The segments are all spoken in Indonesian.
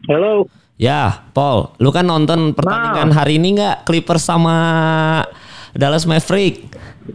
Halo. Ya, Paul, lu kan nonton Nah, pertandingan hari ini nggak Clippers sama Dallas Maverick?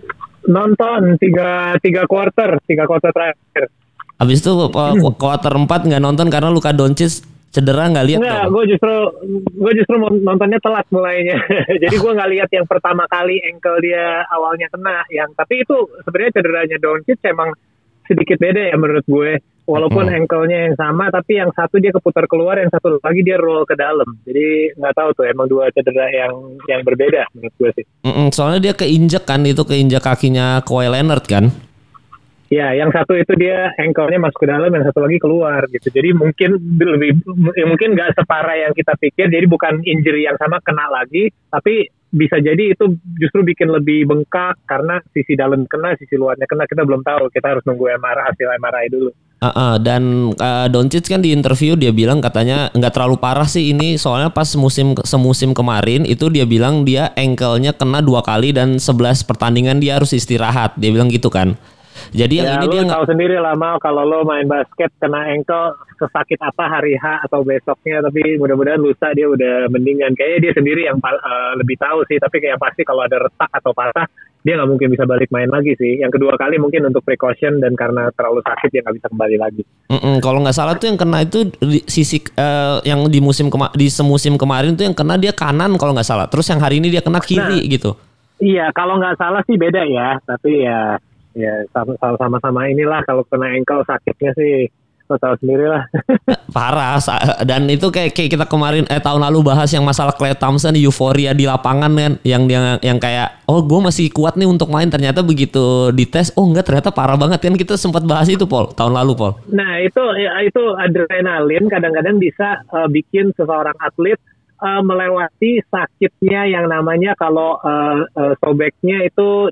nonton tiga quarter terakhir. Habis itu kuarter 4 nggak nonton karena Luka Doncic cedera, nggak lihat Enggak, dong. gue justru nontonnya telat mulainya. Jadi gue nggak lihat yang pertama kali ankle dia awalnya kena. Tapi itu sebenarnya cederanya Doncic emang sedikit beda ya menurut gue. Walaupun Mm-mm. ankle-nya yang sama, tapi yang satu dia keputar keluar, yang satu lagi dia roll ke dalam. Jadi nggak tahu tuh, emang dua cedera yang berbeda menurut gue sih. Soalnya dia keinjek kan, itu keinjek kakinya Kawhi Leonard kan. Ya, yang satu itu dia ankle-nya masuk ke dalam, yang satu lagi keluar gitu. Jadi mungkin nggak separah yang kita pikir. Jadi bukan injury yang sama kena lagi, tapi bisa jadi itu justru bikin lebih bengkak karena sisi dalam kena, sisi luarnya kena. Kita belum tahu. Kita harus nunggu hasil MRI dulu. Dan Doncic kan di interview dia bilang katanya nggak terlalu parah sih ini, soalnya pas semusim kemarin itu dia bilang dia ankle-nya kena 2 kali dan 11 pertandingan dia harus istirahat. Dia bilang gitu kan. Jadi yang Ya, ini lu dia nggak. tahu sendiri lah, Mal, kalau lo main basket kena ankle, sesakit apa hari H atau besoknya, tapi mudah-mudahan lusa dia udah mendingan. Kayaknya dia sendiri yang lebih tahu sih, tapi kayak pasti kalau ada retak atau patah, dia nggak mungkin bisa balik main lagi sih. Yang kedua kali mungkin untuk precaution dan karena terlalu sakit dia nggak bisa kembali lagi. Kalau nggak salah tuh yang kena itu di sisi yang di semusim kemarin tuh yang kena dia kanan kalau nggak salah. Terus yang hari ini dia kena Nah, kiri gitu. iya, kalau nggak salah sih beda ya, tapi ya sama-sama inilah kalau kena ankle sakitnya sih, lo tahu sendiri lah. Parah. Dan itu kayak kita kemarin tahun lalu bahas yang masalah Klay Thompson euforia di lapangan kan, yang kayak oh gue masih kuat nih untuk main, ternyata begitu dites oh enggak, ternyata parah banget kan. Kita sempat bahas itu Paul tahun lalu Paul. Nah, itu adrenalin kadang-kadang bisa bikin seseorang atlet melewati sakitnya yang namanya kalau sobeknya itu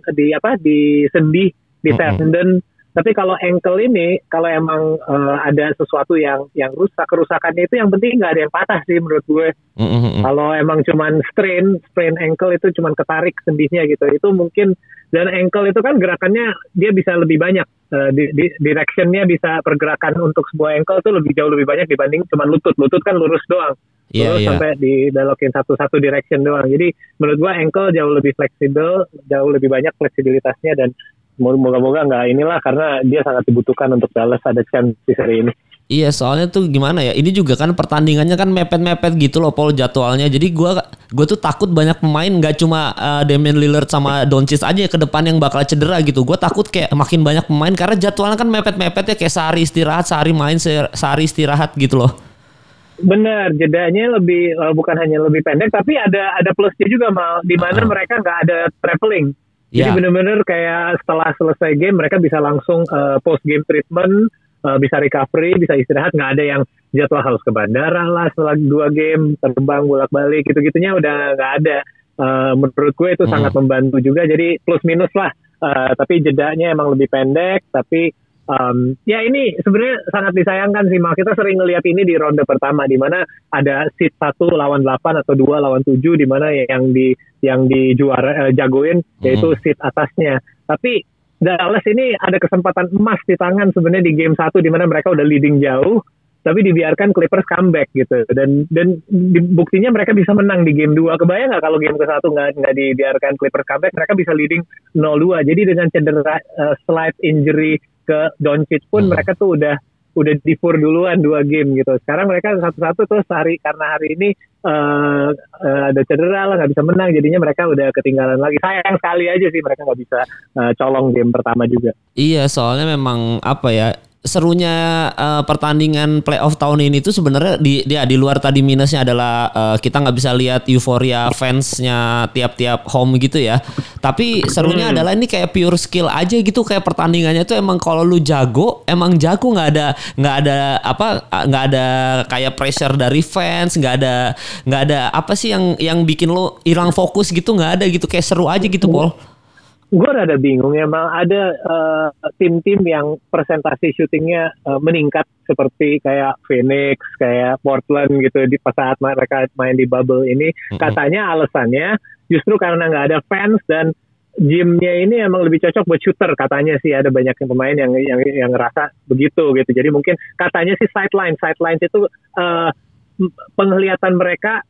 di sendi, di Mm-mm. tendon. Tapi kalau ankle ini, kalau emang ada sesuatu yang rusak, kerusakannya itu yang penting nggak ada yang patah sih menurut gue. Mm-mm. Kalau emang cuman sprain ankle itu cuman ketarik sendinya gitu, itu mungkin. Dan ankle itu kan gerakannya dia bisa lebih banyak, directionnya bisa, pergerakan untuk sebuah ankle itu jauh lebih banyak dibanding cuman lutut. Lutut kan lurus doang, Iya, lurus iya. sampai dibelokin satu direction doang. Jadi menurut gua ankle jauh lebih fleksibel, jauh lebih banyak fleksibilitasnya, dan moga-moga nggak inilah, karena dia sangat dibutuhkan untuk Dallas ada chance di seri ini. Iya, soalnya tuh gimana ya? Ini juga kan pertandingannya kan mepet-mepet gitu loh Paul jadwalnya. Jadi gua tuh takut banyak pemain, nggak cuma Damian Lillard sama Doncic aja ke depan yang bakal cedera gitu. Gua takut kayak makin banyak pemain karena jadwalnya kan mepet-mepet ya, kayak sehari istirahat, sehari main, sehari istirahat gitu loh. Benar, jedanya lebih bukan hanya lebih pendek, tapi ada plusnya juga, Mal, di mana Heeh. mereka nggak ada traveling. Jadi Ya. benar-benar kayak setelah selesai game mereka bisa langsung post game treatment, bisa recovery, bisa istirahat, nggak ada yang jadwal harus ke bandara lah setelah 2 game, terbang bolak-balik gitu-gitunya udah nggak ada. Menurut gue itu sangat Mm. membantu juga, jadi plus minus lah. Tapi jedanya emang lebih pendek, tapi ya ini sebenarnya sangat disayangkan sih, Mal. Kita sering ngelihat ini di ronde pertama, di mana ada seed 1 lawan 8 atau 2 lawan 7, di mana yang di juara jagoin yaitu Mm. seed atasnya. Tapi Dallas ini ada kesempatan emas di tangan sebenarnya di game 1, di mana mereka udah leading jauh, tapi dibiarkan Clippers comeback gitu. Dan buktinya mereka bisa menang di game 2. Kebayang nggak kalau game ke-1 nggak dibiarkan Clippers comeback, mereka bisa leading 0-2. Jadi dengan cedera slight injury ke Doncic pun Mm. mereka tuh udah difur duluan 2 game gitu. Sekarang mereka satu-satu terus karena hari ini ada cedera lah, nggak bisa menang, jadinya mereka udah ketinggalan lagi. Sayang sekali aja sih mereka nggak bisa colong game pertama juga. Iya, soalnya memang apa ya, serunya pertandingan playoff tahun ini tuh sebenarnya di luar tadi minusnya adalah kita nggak bisa lihat euforia fansnya tiap-tiap home gitu ya. Tapi serunya adalah ini kayak pure skill aja gitu, kayak pertandingannya tuh emang kalau lu jago, emang jago, nggak ada kayak pressure dari fans, nggak ada apa sih yang bikin lu hilang fokus gitu, nggak ada gitu, kayak seru aja gitu Paul. Gue rada bingung ya, Mal. Ada tim-tim yang presentasi syutingnya meningkat seperti kayak Phoenix, kayak Portland gitu di pas saat mereka main di bubble ini. Mm-mm. Katanya alasannya justru karena nggak ada fans, dan gymnya ini emang lebih cocok buat shooter katanya sih, ada banyak pemain yang ngerasa begitu gitu. Jadi mungkin katanya sih sidelines itu penglihatan mereka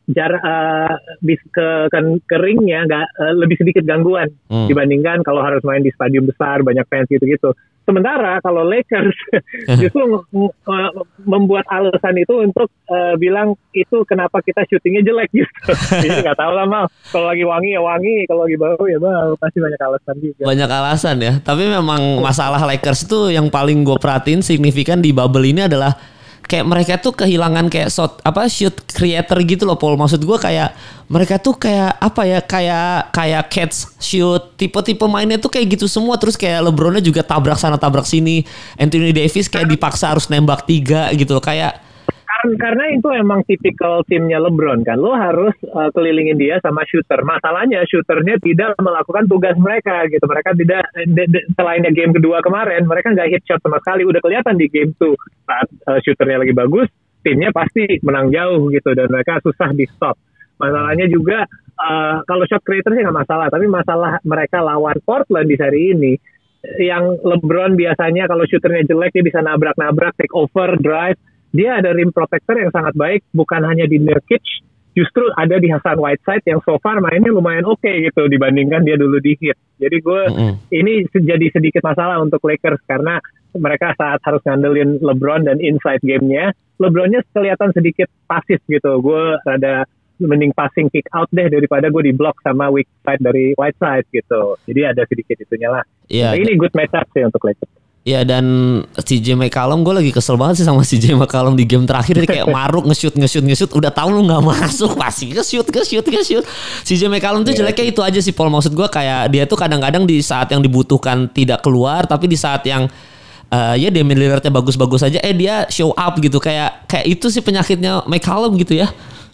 ke ringnya lebih sedikit gangguan dibandingkan kalau harus main di stadion besar banyak fans gitu-gitu. Sementara kalau Lakers justru membuat alasan itu untuk bilang itu kenapa kita syutingnya jelek gitu. Jadi nggak tahu lah Mal. Kalau lagi wangi ya wangi, kalau lagi bau ya bau. Pasti banyak alasan juga. Banyak alasan ya. Tapi memang masalah Lakers itu yang paling gue perhatiin signifikan di bubble ini adalah kayak mereka tuh kehilangan kayak shoot creator gitu loh Paul. Maksud gue kayak mereka tuh kayak apa ya, kayak catch shoot, tipe-tipe mainnya tuh kayak gitu semua. Terus kayak LeBronnya juga tabrak sana tabrak sini. Anthony Davis kayak dipaksa harus nembak 3 gitu loh. Kayak karena itu emang tipikal timnya LeBron kan. Lo harus kelilingin dia sama shooter. Masalahnya shooternya tidak melakukan tugas mereka gitu. Mereka tidak, selainnya game kedua kemarin, mereka nggak hit shot sama sekali. Udah kelihatan di game 2 saat shooternya lagi bagus, timnya pasti menang jauh gitu. Dan mereka susah di stop. Masalahnya juga kalau shot creator sih nggak masalah. Tapi masalah mereka lawan Portland di seri ini, yang LeBron biasanya kalau shooternya jelek dia bisa nabrak-nabrak, take over, drive. Dia ada rim protector yang sangat baik, bukan hanya di Nurkic, justru ada di Hassan Whiteside yang so far mainnya lumayan oke gitu dibandingkan dia dulu di Heat. Jadi ini jadi sedikit masalah untuk Lakers karena mereka saat harus ngandelin LeBron dan inside game-nya, LeBronnya kelihatan sedikit pasif gitu. Gue rada mending passing kick out deh daripada gue di block sama weak side dari Whiteside gitu. Jadi ada sedikit itunya lah. Yeah. Ini good matchup sih untuk Lakers. Ya dan CJ McCollum gue lagi kesel banget sih sama CJ McCollum di game terakhir. Dia kayak maruk nge-shoot udah tahu lu gak masuk pasti nge-shoot. CJ McCollum tuh jeleknya itu aja sih Paul. Maksud gue kayak dia tuh kadang-kadang di saat yang dibutuhkan tidak keluar, tapi di saat yang ya Damian Lillardnya bagus-bagus aja dia show up gitu. Kayak itu sih penyakitnya McCollum gitu ya.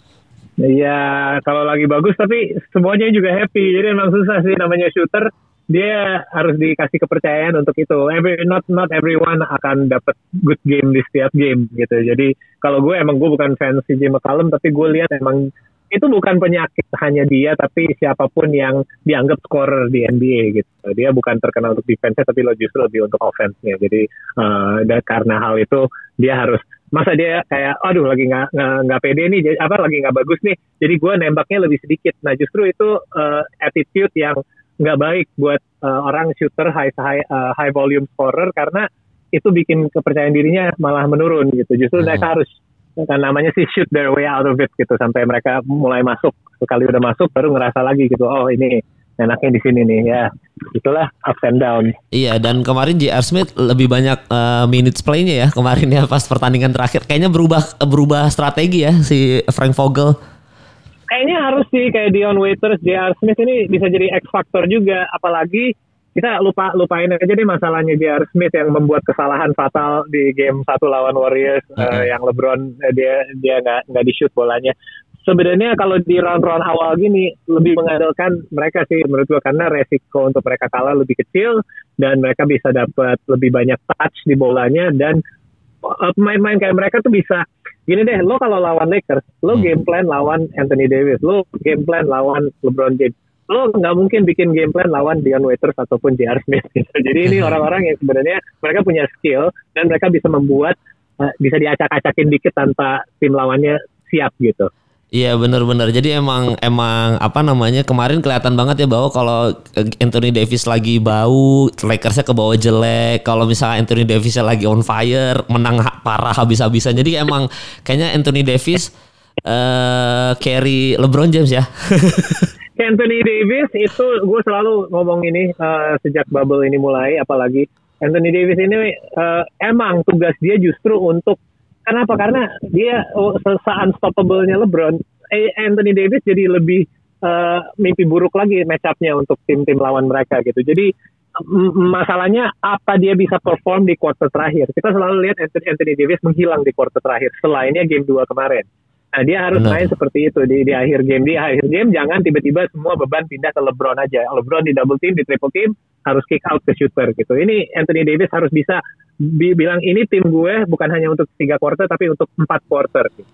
Iya, kalau lagi bagus tapi semuanya juga happy. Jadi emang susah sih namanya shooter. Dia harus dikasih kepercayaan untuk itu. Not everyone akan dapat good game di setiap game gitu. Jadi kalau gue bukan fans CJ McCollum, tapi gue lihat emang itu bukan penyakit hanya dia, tapi siapapun yang dianggap scorer di NBA gitu. Dia bukan terkenal untuk defense-nya, tapi justru lebih untuk offense-nya. Jadi dan karena hal itu dia harus, masa dia kayak aduh lagi nggak pede nih, lagi nggak bagus nih, jadi gue nembaknya lebih sedikit. Nah justru itu attitude yang nggak baik buat orang shooter high volume scorer, karena itu bikin kepercayaan dirinya malah menurun gitu. Justru mereka harus, kan namanya sih shoot their way out of it gitu, sampai mereka mulai masuk. Sekali udah masuk baru ngerasa lagi gitu, oh ini enaknya di sini nih ya. Itulah ups and down. Iya, dan kemarin J.R. Smith lebih banyak minutes play-nya ya kemarin ya pas pertandingan terakhir. Kayaknya berubah strategi ya si Frank Vogel. Kayaknya harus sih, kayak Dion Waiters, J.R. Smith ini bisa jadi X factor juga. Apalagi kita lupain aja deh masalahnya J.R. Smith yang membuat kesalahan fatal di game 1 lawan Warriors, yang LeBron dia nggak di shoot bolanya. Sebenarnya kalau di round-round awal gini lebih mengandalkan mereka sih menurut gue, karena resiko untuk mereka kalah lebih kecil dan mereka bisa dapat lebih banyak touch di bolanya. Dan pemain-pemain kayak mereka tuh bisa gini deh, lo kalau lawan Lakers, lo game plan lawan Anthony Davis, lo game plan lawan LeBron James, lo nggak mungkin bikin game plan lawan Dion Waiters ataupun J.R. Smith gitu. Jadi ini orang-orang yang sebenarnya mereka punya skill dan mereka bisa membuat bisa diacak-acakin dikit tanpa tim lawannya siap gitu. Iya benar-benar. Jadi emang apa namanya, kemarin kelihatan banget ya bahwa kalau Anthony Davis lagi bau, Lakersnya ke bawah jelek. Kalau misalnya Anthony Davisnya lagi on fire, menang parah habis-habisan. Jadi emang kayaknya Anthony Davis carry LeBron James ya. Anthony Davis itu gue selalu ngomong ini sejak bubble ini mulai, apalagi Anthony Davis ini emang tugas dia justru untuk, kenapa? Karena dia se-unstoppable-nya LeBron, Anthony Davis jadi lebih mimpi buruk lagi match-up-nya untuk tim-tim lawan mereka gitu. Jadi masalahnya apa dia bisa perform di quarter terakhir. Kita selalu lihat Anthony Davis menghilang di quarter terakhir, selainnya game 2 kemarin. Nah dia harus main seperti itu di akhir game. Di akhir game jangan tiba-tiba semua beban pindah ke LeBron aja. LeBron di double team, di triple team, harus kick out ke shooter gitu. Ini Anthony Davis harus bisa bilang ini tim gue bukan hanya untuk 3 quarter tapi untuk 4 quarter.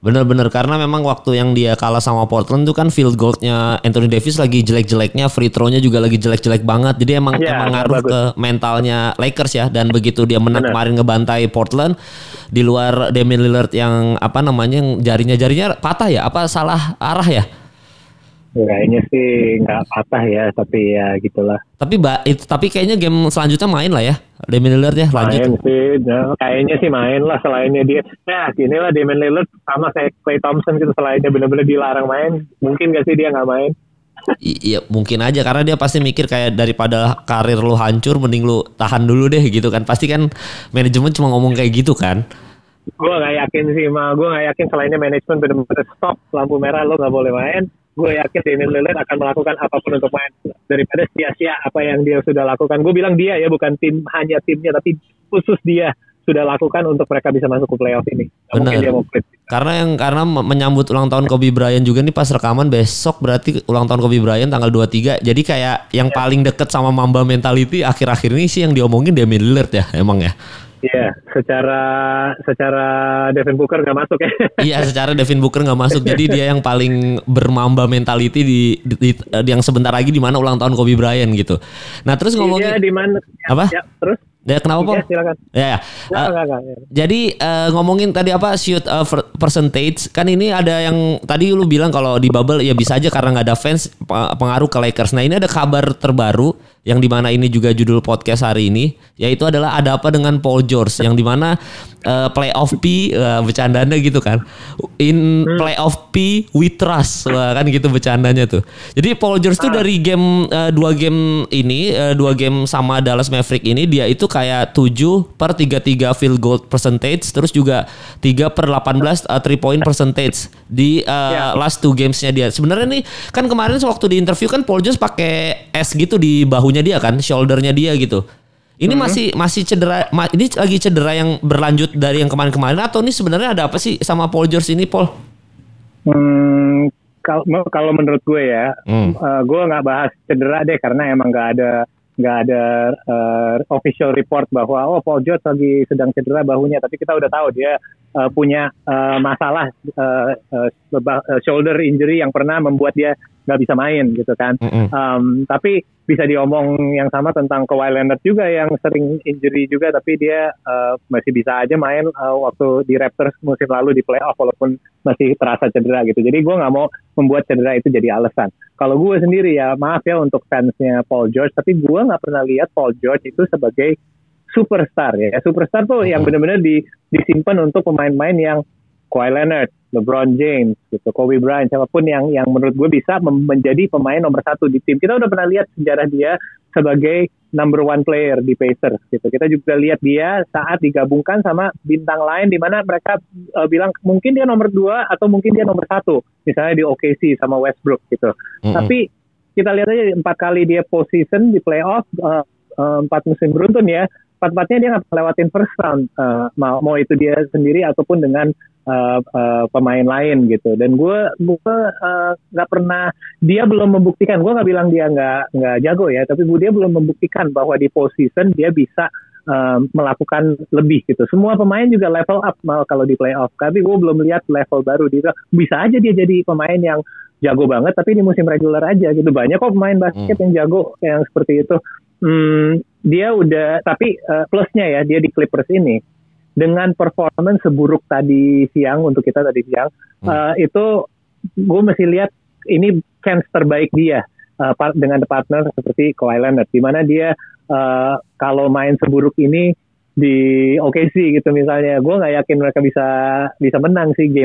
Bener-bener karena memang waktu yang dia kalah sama Portland tuh kan field goalnya Anthony Davis lagi jelek-jeleknya, free throw-nya juga lagi jelek-jelek banget. Jadi emang ngaruh ke mentalnya Lakers ya. Dan begitu dia menang kemarin ngebantai Portland di luar Damian Lillard yang yang jarinya patah ya? Apa salah arah ya? Kayaknya sih nggak patah ya, tapi ya gitulah. Tapi kayaknya game selanjutnya main lah ya, Damian Lillard ya lanjut. Main sih, kayaknya sih main lah selainnya dia. Nah, inilah Damian Lillard sama kayak Klay Thompson gitu, selainnya benar-benar dilarang main. Mungkin nggak sih dia nggak main? Iya mungkin aja karena dia pasti mikir kayak daripada karir lu hancur, mending lu tahan dulu deh gitu kan. Pasti kan manajemen cuma ngomong kayak gitu kan. Gue nggak yakin sih, gue nggak yakin selainnya manajemen benar-benar stop lampu merah lo nggak boleh main. Gue yakin Damian Lillard akan melakukan apapun untuk main daripada sia-sia apa yang dia sudah lakukan. Gue bilang dia ya, bukan hanya timnya, tapi khusus dia sudah lakukan untuk mereka bisa masuk ke playoff ini. Benar. Karena menyambut ulang tahun Kobe Bryant juga nih pas rekaman besok berarti ulang tahun Kobe Bryant tanggal 23. Jadi kayak yang paling deket sama Mamba mentality akhir-akhir ini sih yang diomongin Damian Lillard ya, emang ya. Iya, secara Devin Booker nggak masuk ya. Iya, secara Devin Booker nggak masuk. Jadi dia yang paling bermamba mentality di yang sebentar lagi di mana ulang tahun Kobe Bryant gitu. Nah terus ngomongin di mana? Apa? Ya, terus? Ya kenapa Paul? Ya, silakan. Ya. Jadi ngomongin tadi apa shoot percentage kan ini ada yang tadi lu bilang kalau di bubble ya bisa aja karena nggak ada fans pengaruh ke Lakers. Nah ini ada kabar terbaru yang dimana ini juga judul podcast hari ini yaitu adalah ada apa dengan Paul George yang dimana playoff P bercandanya gitu kan playoff P we trust kan gitu bercandanya tuh. Jadi Paul George tuh dari game 2 game sama Dallas Maverick ini dia itu kayak 7/33 field goal percentage terus juga 3/18 3 point percentage di last 2 gamesnya dia. Sebenarnya nih kan kemarin waktu di interview kan Paul George pakai S gitu di bahunya dia kan, shouldernya dia gitu. Ini masih cedera, ini lagi cedera yang berlanjut dari yang kemarin-kemarin atau ini sebenarnya ada apa sih sama Paul George ini, Paul? Kalau menurut gue ya, gue nggak bahas cedera deh karena emang nggak ada official report bahwa Paul George lagi sedang cedera bahunya, tapi kita udah tahu dia punya masalah shoulder injury yang pernah membuat dia nggak bisa main gitu kan. Tapi bisa diomong yang sama tentang Kawhi Leonard juga yang sering injury juga, tapi dia masih bisa aja main waktu di Raptors musim lalu di playoff walaupun masih terasa cedera gitu. Jadi gue nggak mau membuat cedera itu jadi alasan. Kalau gue sendiri ya maaf ya untuk fansnya Paul George, tapi gue nggak pernah lihat Paul George itu sebagai superstar ya. Superstar tuh yang benar-benar disimpan untuk pemain-pemain yang Kawhi Leonard, LeBron James, gitu, Kobe Bryant, siapapun yang menurut gue bisa menjadi pemain nomor 1 di tim. Kita udah pernah lihat sejarah dia sebagai number 1 player di Pacers, gitu. Kita juga lihat dia saat digabungkan sama bintang lain di mana mereka bilang mungkin dia nomor 2 atau mungkin dia nomor 1, misalnya di OKC sama Westbrook, gitu. Tapi kita lihat aja 4 kali dia postseason di playoff, 4 musim beruntun ya. 4-4-nya dia nggak lewatin first round, mau itu dia sendiri ataupun dengan pemain lain gitu. Dan gue nggak pernah, dia belum membuktikan. Gue nggak bilang dia nggak jago ya, tapi dia belum membuktikan bahwa di postseason dia bisa melakukan lebih gitu. Semua pemain juga level up kalau di playoff. Tapi gue belum lihat level baru. Dia bisa aja dia jadi pemain yang jago banget, tapi di musim regular aja gitu. Banyak kok pemain basket yang jago yang seperti itu. Dia udah, tapi plusnya ya dia di Clippers ini dengan performance seburuk tadi siang untuk kita tadi siang itu gue masih lihat ini chance terbaik dia dengan partner seperti Kawhi Leonard, di mana dia kalau main seburuk ini di OKC gitu misalnya, gue nggak yakin mereka bisa menang sih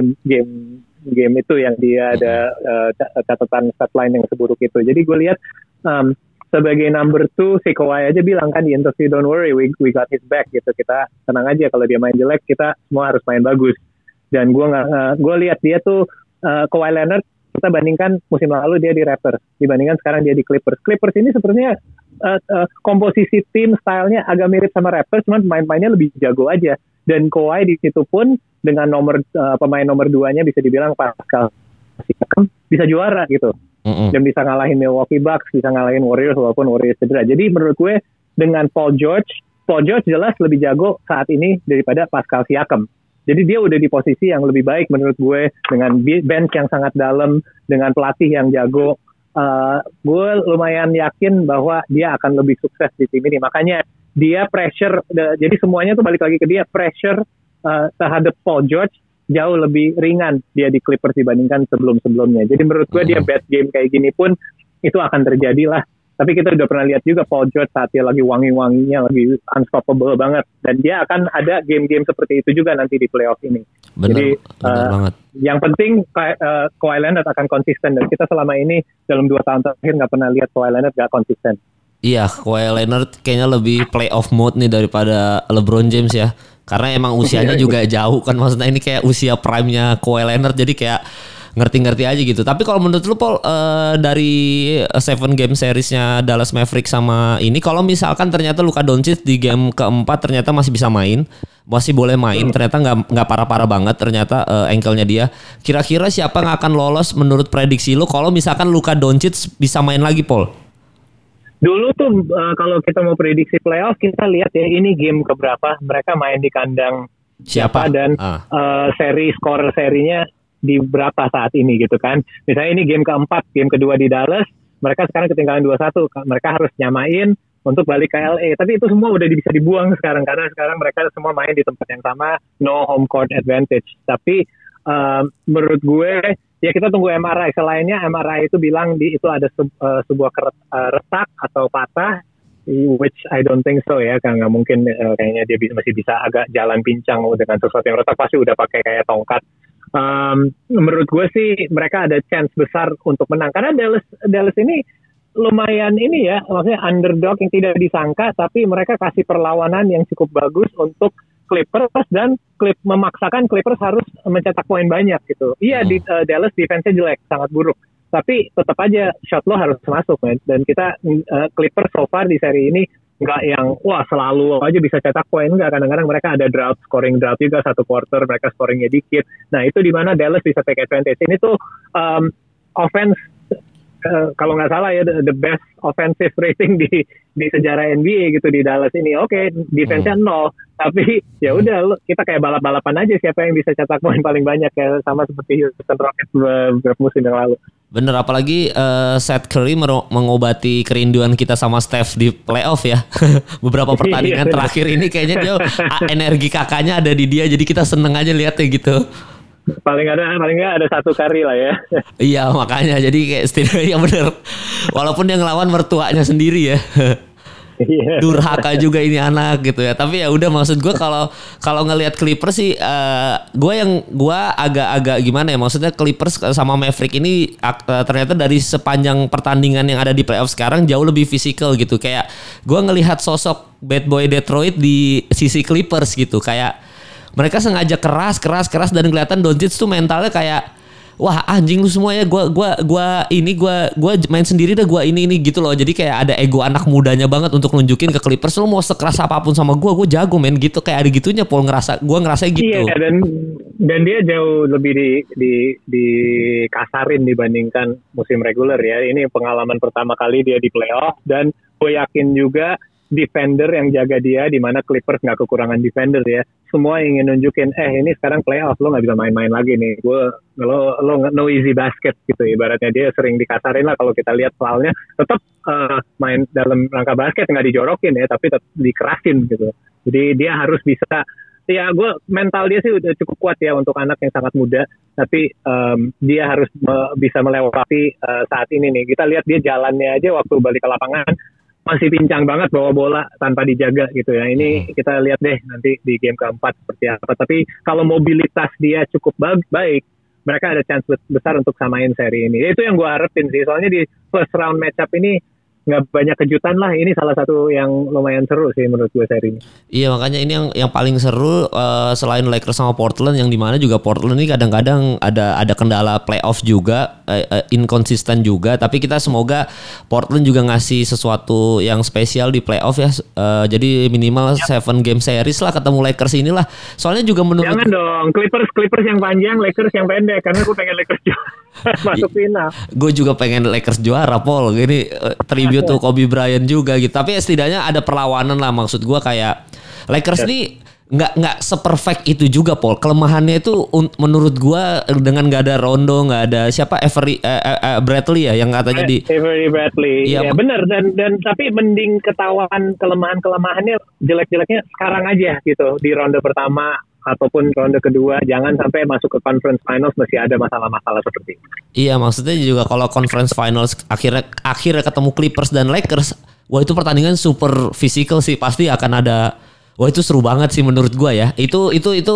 game itu yang dia ada catatan stat line yang seburuk itu. Jadi gue lihat sebagai number 2, si Kawhi aja bilang kan di interview, don't worry, we got his back gitu. Kita tenang aja, kalau dia main jelek kita semua harus main bagus. Dan gue lihat dia tuh Kawhi Leonard, kita bandingkan musim lalu dia di Raptors, dibandingkan sekarang dia di Clippers. Clippers ini sebenarnya komposisi tim stylenya agak mirip sama Raptors, cuman pemain-pemainnya lebih jago aja. Dan Kawhi di situ pun dengan pemain nomor 2-nya bisa dibilang Pascal Siakam bisa juara gitu. Dan bisa ngalahin Milwaukee Bucks, bisa ngalahin Warriors walaupun Warriors cedera. Jadi menurut gue dengan Paul George jelas lebih jago saat ini daripada Pascal Siakam. Jadi dia udah di posisi yang lebih baik menurut gue dengan bench yang sangat dalam, dengan pelatih yang jago. Gue lumayan yakin bahwa dia akan lebih sukses di tim ini. Makanya dia pressure, jadi semuanya tuh balik lagi ke dia, pressure terhadap Paul George jauh lebih ringan dia di Clippers dibandingkan sebelum-sebelumnya. Jadi menurut gue dia bad game kayak gini pun itu akan terjadi lah. Tapi kita udah pernah lihat juga Paul George saat dia lagi wangi-wanginya, lagi unstoppable banget. Dan dia akan ada game-game seperti itu juga nanti di playoff ini. Bener banget. Yang penting Kawhi Leonard akan konsisten. Dan kita selama ini dalam 2 tahun terakhir nggak pernah lihat Kawhi Leonard nggak konsisten. Iya, Kawhi Leonard kayaknya lebih playoff mode nih daripada LeBron James ya. Karena emang usianya juga jauh kan. Maksudnya ini kayak usia prime-nya Kawhi Leonard. Jadi kayak ngerti-ngerti aja gitu. Tapi kalau menurut lu Paul, dari 7 game seriesnya Dallas Mavericks sama ini, kalau misalkan ternyata Luka Doncic di game keempat ternyata masih bisa main, masih boleh main, ternyata nggak parah-parah banget ternyata ankle-nya dia. Kira-kira siapa yang akan lolos menurut prediksi lu kalau misalkan Luka Doncic bisa main lagi, Paul? Dulu tuh kalau kita mau prediksi playoff, kita lihat ya ini game keberapa mereka main di kandang siapa dan skor serinya di berapa saat ini gitu kan. Misalnya ini game keempat, game kedua di Dallas, mereka sekarang ketinggalan 2-1, mereka harus nyamain untuk balik ke LA. Tapi itu semua udah bisa dibuang sekarang karena sekarang mereka semua main di tempat yang sama, no home court advantage. Tapi menurut gue ya kita tunggu MRI. Selainnya MRI itu bilang itu ada sebuah retak atau patah, which I don't think so ya, karena nggak mungkin kayaknya dia masih bisa agak jalan pincang dengan sesuatu yang retak, pasti udah pakai kayak tongkat. Menurut gue sih mereka ada chance besar untuk menang karena Dallas ini lumayan ini ya, maksudnya underdog yang tidak disangka, tapi mereka kasih perlawanan yang cukup bagus untuk Clippers dan memaksakan Clippers harus mencetak poin banyak gitu. Iya di Dallas defense-nya jelek, sangat buruk, tapi tetap aja shot lo harus masuk man. Dan kita Clippers so far di seri ini nggak yang wah selalu aja bisa cetak poin, nggak. Kadang-kadang mereka ada scoring drought juga, 1 quarter mereka scoringnya dikit. Nah itu di mana Dallas bisa take advantage. Ini tuh offense kalau nggak salah ya the best offensive rating di sejarah NBA gitu di Dallas ini. Oke, defense-nya 0, tapi ya udah kita kayak balap-balapan aja siapa yang bisa cetak poin paling banyak, kayak sama seperti Houston Rockets beberapa musim yang lalu. Bener, apalagi Seth Curry mengobati kerinduan kita sama Steph di playoff ya. Beberapa pertandingan terakhir ini kayaknya dia energi kakaknya ada di dia, jadi kita seneng aja lihatnya gitu. Paling nggak ada 1 kari lah ya. Iya makanya jadi kayak setidaknya bener. Walaupun dia ngelawan mertuanya sendiri ya. Durhaka juga ini anak gitu ya. Tapi ya udah, maksud gue kalau ngelihat Clippers sih, gue agak gimana ya, maksudnya Clippers sama Maverick ini ternyata dari sepanjang pertandingan yang ada di playoff sekarang jauh lebih fisikal gitu. Kayak gue ngelihat sosok bad boy Detroit di sisi Clippers gitu, kayak mereka sengaja keras dan kelihatan Doncic tuh mentalnya kayak wah anjing lu semua ya, gua main sendiri dah, gua ini gitu loh. Jadi kayak ada ego anak mudanya banget untuk nunjukin ke Clippers, lu mau sekeras apapun sama gua jago men gitu, kayak ada gitunya Paul, gua ngerasa gitu. Iya, dan dia jauh lebih di kasarin dibandingkan musim reguler ya. Ini pengalaman pertama kali dia di playoff, dan gue yakin juga defender yang jaga dia, di mana Clippers nggak kekurangan defender ya. Semua ingin nunjukin, ini sekarang playoff, lo nggak bisa main-main lagi nih. Lo no easy basket gitu. Ibaratnya dia sering dikasarin lah kalau kita lihat soalnya. Tetap main dalam rangka basket, nggak dijorokin ya, tapi tetap dikerasin gitu. Jadi dia harus bisa, ya mental dia sih udah cukup kuat ya untuk anak yang sangat muda. Tapi dia harus bisa melewati saat ini nih. Kita lihat dia jalannya aja waktu balik ke lapangan, masih pincang banget bawa bola tanpa dijaga gitu ya. Ini kita lihat deh nanti di game keempat seperti apa. Tapi kalau mobilitas dia cukup baik, mereka ada chance besar untuk samain seri ini. Itu yang gue harapin sih. Soalnya di first round matchup ini nggak banyak kejutan lah. Ini salah satu yang lumayan seru sih menurut gue seri ini. Iya, makanya ini yang paling seru selain Lakers sama Portland, yang dimana juga Portland ini kadang-kadang ada kendala playoff juga, inkonsisten juga. Tapi kita semoga Portland juga ngasih sesuatu yang spesial di playoff ya. Jadi minimal 7 game series lah ketemu Lakers inilah. Soalnya juga menurut, jangan dong Clippers yang panjang, Lakers yang pendek, karena gue pengen Lakers masuk final. Gue juga pengen Lakers juara Paul. Gini tribute tuh Kobe Bryant juga gitu. Tapi ya setidaknya ada perlawanan lah, maksud gue kayak Lakers nih nggak seperfect itu juga, Paul. Kelemahannya itu menurut gua dengan nggak ada Rondo, nggak ada siapa Bradley ya yang katanya Avery Bradley. Iya, ya benar, dan tapi mending ketahuan kelemahannya jelek-jeleknya sekarang aja gitu di ronde pertama ataupun ronde kedua, jangan sampai masuk ke conference finals masih ada masalah-masalah seperti itu. Iya, maksudnya juga kalau conference finals akhirnya ketemu Clippers dan Lakers, wah itu pertandingan super physical sih, pasti akan ada. Wah itu seru banget sih menurut gua ya. Itu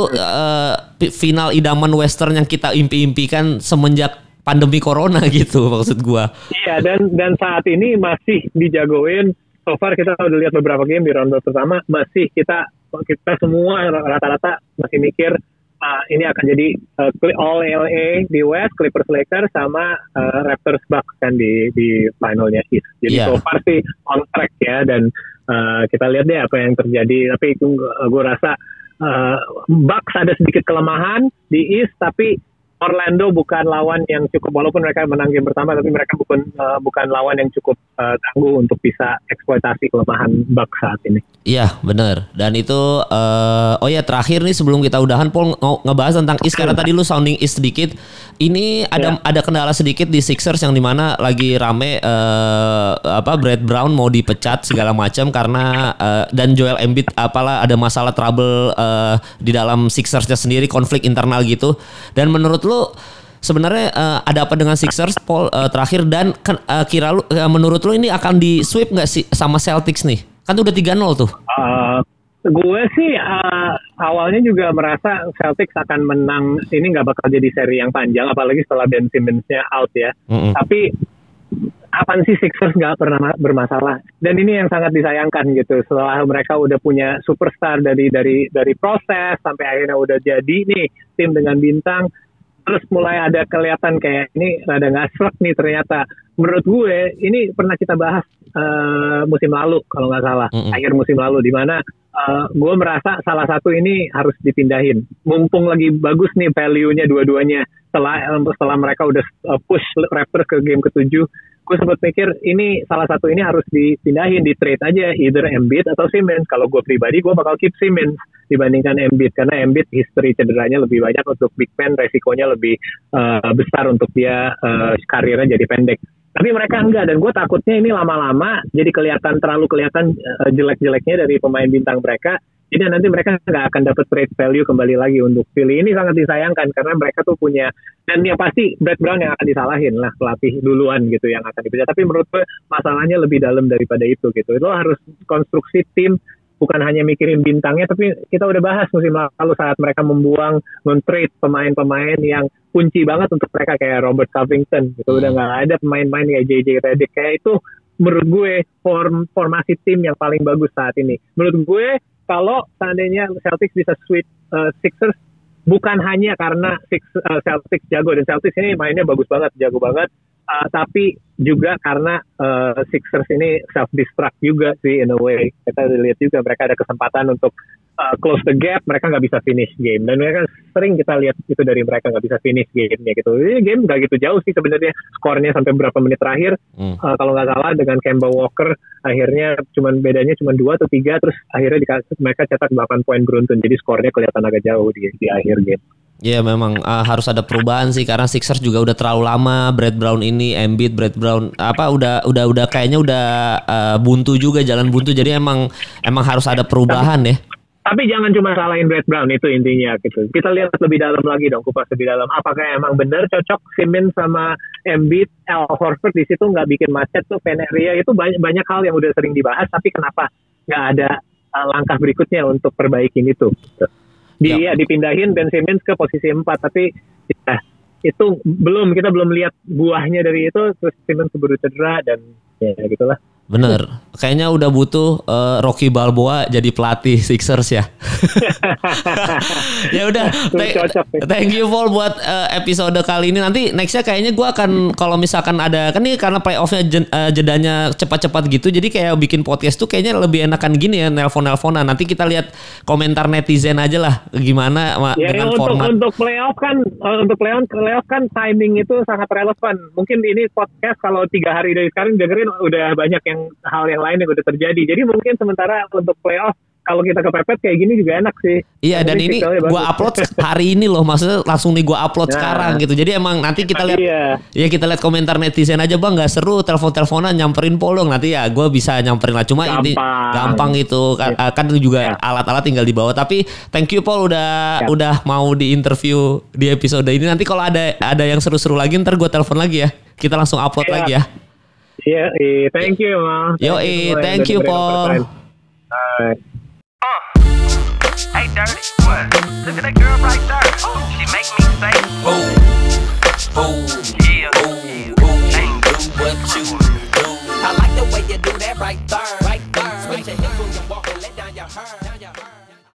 final idaman Western yang kita impi-impikan semenjak pandemi corona gitu maksud gua. Iya, dan saat ini masih dijagoin. So far kita udah lihat beberapa game di ronde pertama, masih kita semua rata-rata masih mikir ini akan jadi All LA di West, Clippers Lakers sama Raptors Bucks kan di finalnya East. Jadi so far sih on track ya, dan kita lihat deh apa yang terjadi. Tapi itu gue rasa Bucks ada sedikit kelemahan di East, tapi Orlando bukan lawan yang cukup, walaupun mereka menang game pertama, tapi mereka bukan lawan yang cukup tangguh untuk bisa eksploitasi kelemahan Bucks saat ini. Iya benar. Dan itu oh ya terakhir nih sebelum kita udahan, Paul ngebahas tentang East karena tadi lu sounding East sedikit. Ini ada kendala sedikit di Sixers yang dimana lagi rame Brad Brown mau dipecat segala macam karena dan Joel Embiid ada masalah trouble di dalam Sixersnya sendiri, konflik internal gitu. Dan menurut lu sebenarnya ada apa dengan Sixers, Paul, terakhir, dan menurut lu ini akan di sweep nggak sih sama Celtics nih? Kan udah 3-0 tuh. Gue sih awalnya juga merasa Celtics akan menang. Ini nggak bakal jadi seri yang panjang, apalagi setelah Ben Simmons-nya out ya. Tapi kapan sih Sixers nggak pernah bermasalah? Dan ini yang sangat disayangkan gitu. Setelah mereka udah punya superstar dari proses sampai akhirnya udah jadi nih tim dengan bintang, terus mulai ada kelihatan kayak ini rada nggak serak nih ternyata. Menurut gue ini pernah kita bahas musim lalu kalau nggak salah, akhir musim lalu, di mana gue merasa salah satu ini harus dipindahin. Mumpung lagi bagus nih value-nya dua-duanya setelah mereka udah push Raptors ke game ke-7, gue sempat mikir ini salah satu ini harus dipindahin, di trade aja either Embiid atau Simmons. Kalau gue pribadi gue bakal keep Simmons dibandingkan Embiid, karena Embiid history cederanya lebih banyak untuk big man, resikonya lebih besar untuk dia karirnya jadi pendek. Tapi mereka enggak, dan gue takutnya ini lama-lama jadi terlalu kelihatan jelek-jeleknya dari pemain bintang mereka. Jadi nanti mereka nggak akan dapat trade value kembali lagi untuk Philly. Ini sangat disayangkan karena mereka tuh punya, dan yang pasti Brad Brown yang akan disalahin lah, pelatih duluan gitu yang akan dipecat. Tapi menurut gue masalahnya lebih dalam daripada itu gitu. Lo harus konstruksi tim, bukan hanya mikirin bintangnya, tapi kita udah bahas musim lalu saat mereka men-trade pemain-pemain yang kunci banget untuk mereka kayak Robert Covington gitu. Udah nggak ada pemain-pemain kayak JJ Redick. Kayak itu menurut gue formasi tim yang paling bagus saat ini. Menurut gue kalau seandainya Celtics bisa sweep Sixers, bukan hanya karena Celtics jago, dan Celtics ini mainnya bagus banget, jago banget, tapi juga karena Sixers ini self-destruct juga sih in a way. Kita lihat juga mereka ada kesempatan untuk close the gap, mereka nggak bisa finish game, dan mereka sering kita lihat itu dari mereka nggak bisa finish game-nya gitu. Ini game nggak gitu jauh sih sebenarnya skornya sampai berapa menit terakhir. Kalau nggak salah dengan Kemba Walker akhirnya bedanya cuma 2 atau 3, terus akhirnya mereka cetak 8 poin beruntun, jadi skornya kelihatan agak jauh di akhir game. Ya memang harus ada perubahan sih, karena Sixers juga udah terlalu lama. Brad Brown ini, Embiid, Brad Brown udah kayaknya udah buntu juga, jalan buntu. Jadi emang harus ada perubahan ya. Tapi jangan cuma salahin Brad Brown, itu intinya gitu. Kita lihat lebih dalam lagi dong, kupas lebih dalam. Apakah emang benar cocok Simmons sama Embiid, Al Horford di situ nggak bikin macet tuh, Feneria itu banyak hal yang udah sering dibahas. Tapi kenapa nggak ada langkah berikutnya untuk perbaikin itu? Dipindahin Ben Simmons ke posisi 4, tapi ya, itu kita belum lihat buahnya dari itu. Terus Simmons keburu cedera dan ya gitulah. Bener, kayaknya udah butuh Rocky Balboa jadi pelatih Sixers ya. Ya udah, thank you Paul buat episode kali ini. Nanti nextnya kayaknya gue akan, kalau misalkan ada, kan ini karena playoffnya jedanya cepat-cepat gitu, jadi kayak bikin podcast tuh kayaknya lebih enakan gini ya, nelpon-nelponan. Nanti kita lihat komentar netizen aja lah gimana dengan format. Untuk playoff kan timing itu sangat relevan. Mungkin ini podcast kalau 3 hari dari sekarang dengerin udah banyak hal yang lain yang udah terjadi. Jadi mungkin sementara untuk playoff kalau kita kepepet kayak gini juga enak sih. Iya, dan ini gua upload hari ini loh, maksudnya langsung nih gua upload sekarang gitu. Jadi emang nanti kita lihat, ya kita lihat komentar netizen aja bang, nggak seru telepon-teleponan nyamperin Polong, nanti ya gua bisa nyamperin lah. Cuma ini gampang itu kan juga alat-alat tinggal dibawa. Tapi thank you Paul udah mau di interview di episode ini. Nanti kalau ada yang seru-seru lagi ntar gua telepon lagi ya. Kita langsung upload lagi ya. Iya, thank you Ma. Thank you Paul. Hey, dirty, what? Look at that girl.